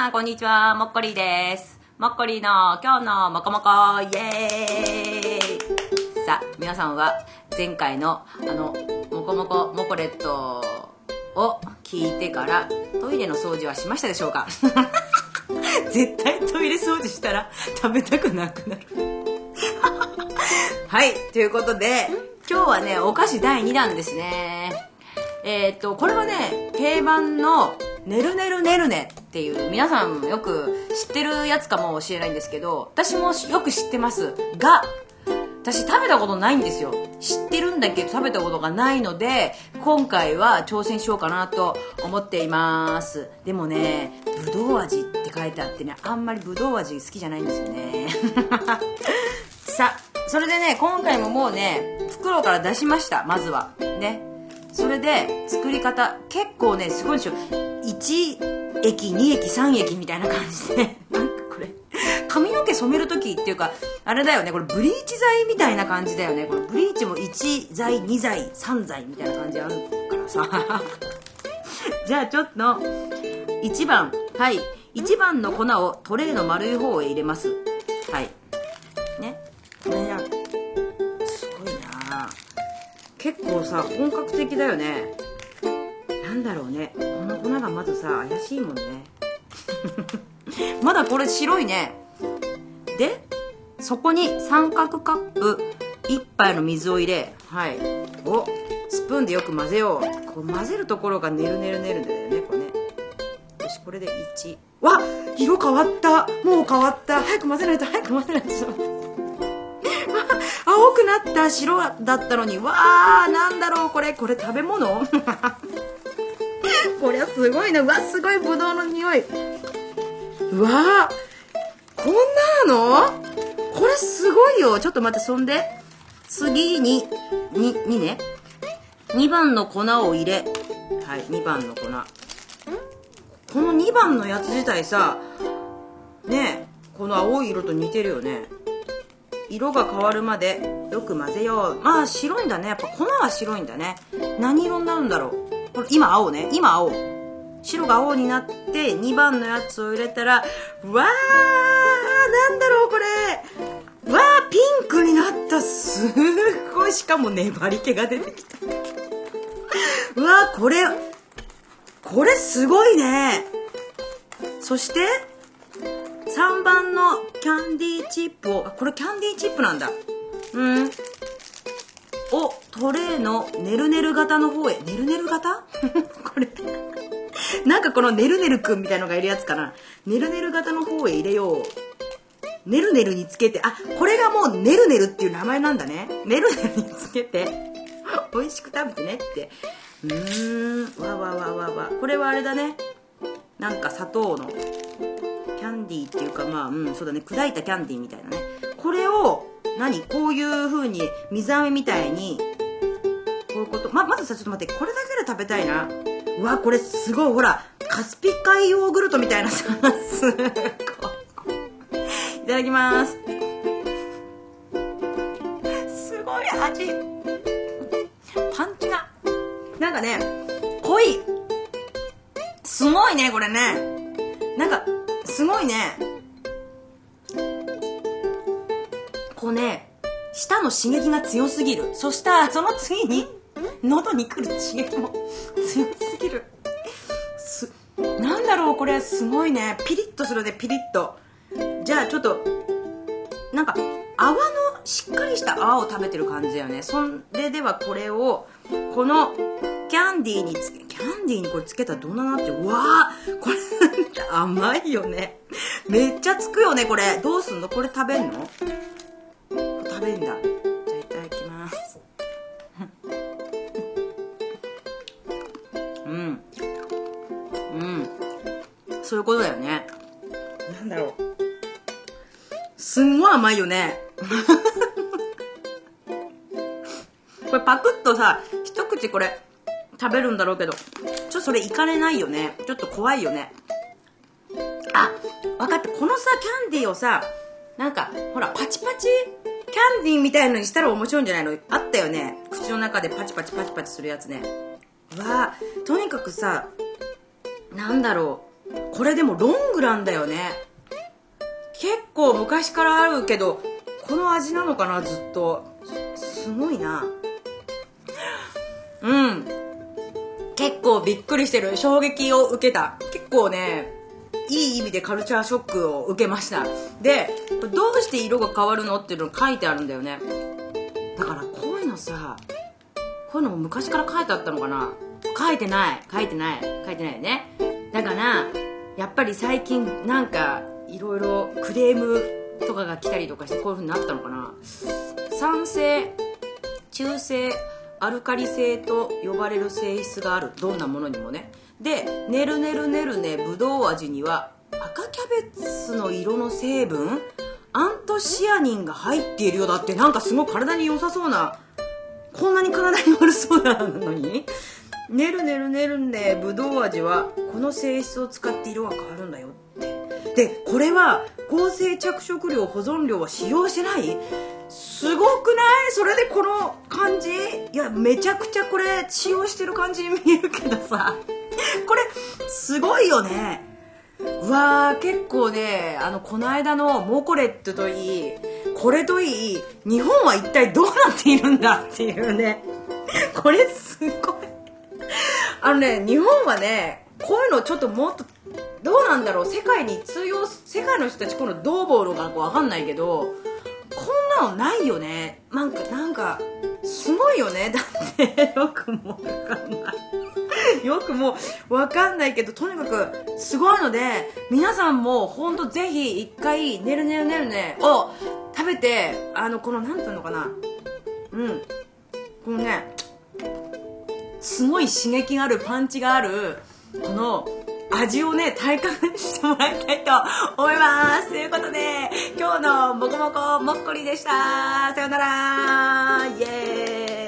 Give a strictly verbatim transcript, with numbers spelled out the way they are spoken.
さんこんにちは、もっこりです。もっこりの今日のもこもこイエーイ。さあ皆さんは前回のあのもこもこモコレットを聞いてからトイレの掃除はしましたでしょうか？絶対トイレ掃除したら食べたくなくなる。はい、ということで今日はねお菓子だいにだんですね。えー、っとこれはね定番のねるねるねるねっていう皆さんよく知ってるやつかもしれないんですけど、私もよく知ってますが私食べたことないんですよ。知ってるんだけど食べたことがないので今回は挑戦しようかなと思っています。でもねぶどう味って書いてあってねあんまりぶどう味好きじゃないんですよね。さあそれでね今回ももうね袋から出しました。まずはねそれで作り方結構ねすごいでしょ。いちえきにえきさんえきみたいな感じでなんかこれ髪の毛染める時っていうかあれだよね、これブリーチ剤みたいな感じだよね。これブリーチもいちざいにざいさんざいみたいな感じあるからさ。じゃあちょっといちばん、はいいちばんの粉をトレイの丸い方へ入れます。はいねこれやすごいな、結構さ本格的だよね。なんだろうね、この粉がまずさ怪しいもんね。まだこれ白いね。でそこに三角カップいっぱいの水を入れ、はいおスプーンでよく混ぜよう。こう混ぜるところがねるねるねるんだよねこれね。よしこれでいち、わ色変わった、もう変わった、早く混ぜないと早く混ぜないと。青くなった、白だったのに、わーなんだろうこれ、これ食べ物？これはすごいな、うわすごいぶどうの匂い。うわーこんなのこれすごいよ。ちょっと待って、そんで次に 2, 2ねにばんの粉を入れ、はいにばんの粉。このにばんのやつ自体さねえこの青い色と似てるよね。色が変わるまでよく混ぜよう。まあ白いんだね、やっぱ粉は白いんだね。何色になるんだろう。これ今青ね、今青、白が青になってにばんのやつを入れたら、うわーなんだろうこれ、うわーピンクになった。すごい、しかも粘り気が出てきた。うわーこれこれすごいね。そしてさんばんのキャンディーチップを、これキャンディーチップなんだ、うんをトレーのねるねる型の方へ。ねるねる型これなんかこのねるねるくんみたいのがいるやつかな。ねるねる型の方へ入れよう。ねるねるにつけて、あこれがもうねるねるっていう名前なんだね。ねるねるにつけて美味しく食べてねって。うーんわわわわわ、これはあれだね、なんか砂糖のキャンディーっていうか、まあうんそうだね、砕いたキャンディーみたいなね。これを何こういう風に水飴みたいにこういうこと、ままずさちょっと待って、これだけで食べたいな。うわこれすごい、ほらカスピ海ヨーグルトみたいなさすごい。いただきます。すごい味、パンチがなんかね濃い、すごいねこれね、なんかすごいね。こうね舌の刺激が強すぎる。そしたらその次に喉に来る刺激も強すぎる。すなんだろうこれ、すごいね、ピリッとするね、ピリッと。じゃあちょっとなんか泡のしっかりした泡を食べてる感じだよね。それではこれをこのキャンディーにつけ、キャンディーにこれつけたらどんななって、うわーこれ甘いよね、めっちゃつくよねこれ。どうすんのこれ、食べんの？食べんだ。じゃあいただきます。うんうんそういうことだよね。なんだろう、すんごい甘いよね。これパクッとさ一口これ食べるんだろうけど、ちょっとそれいかれないよね。ちょっと怖いよね。あ分かった、このさキャンディーをさなんかほらパチパチキャンディーみたいのにしたら面白いんじゃないの？あったよね、口の中でパチパチパチパチするやつね。わあとにかくさなんだろこれでもロングランだよね。結構昔からあるけど、この味なのかな、ずっと。すごいな。うん。結構びっくりしてる。衝撃を受けた。結構ね、いい意味でカルチャーショックを受けました。で、どうして色が変わるのっていうのが書いてあるんだよね。だからこういうのさ、こういうのも昔から書いてあったのかな。書いてない。書いてない。書いてないよね。だから、やっぱり最近なんかいろいろクレームとかが来たりとかしてこういう風になったのかな。酸性、中性、アルカリ性と呼ばれる性質がある。どんなものにもね。で、ねるねるねるねぶどう味には赤キャベツの色の成分アントシアニンが入っているよ。だってなんかすごい体に良さそうな、こんなに体に悪そうなのにねるねるねるねぶどう味はこの性質を使って色が変わるんだよって。で、これは合成着色料保存料は使用してない。すごくない？それでこの感じ。いや、めちゃくちゃこれ使用してる感じに見えるけどさこれすごいよね。うわー、結構ね、あのこの間のモコレットといいこれといい、日本は一体どうなっているんだっていうねこれすごいあのね、日本はね、こういうのちょっともっとどうなんだろう、世界に通用、世界の人たちこのどうボールが分かんないけど、こんなのないよね。なんかなんかすごいよね。だってよくも分かんないよくも分かんないけど、とにかくすごいので、皆さんもほんとぜひ一回ねるねるねるねを食べて、あのこのなんていうのかな、うんこのね、すごい刺激がある、パンチがあるこの味をね、体感してもらいたいと思います。ということで、今日のもこもこもっこりでした。さよなら。イエーイ。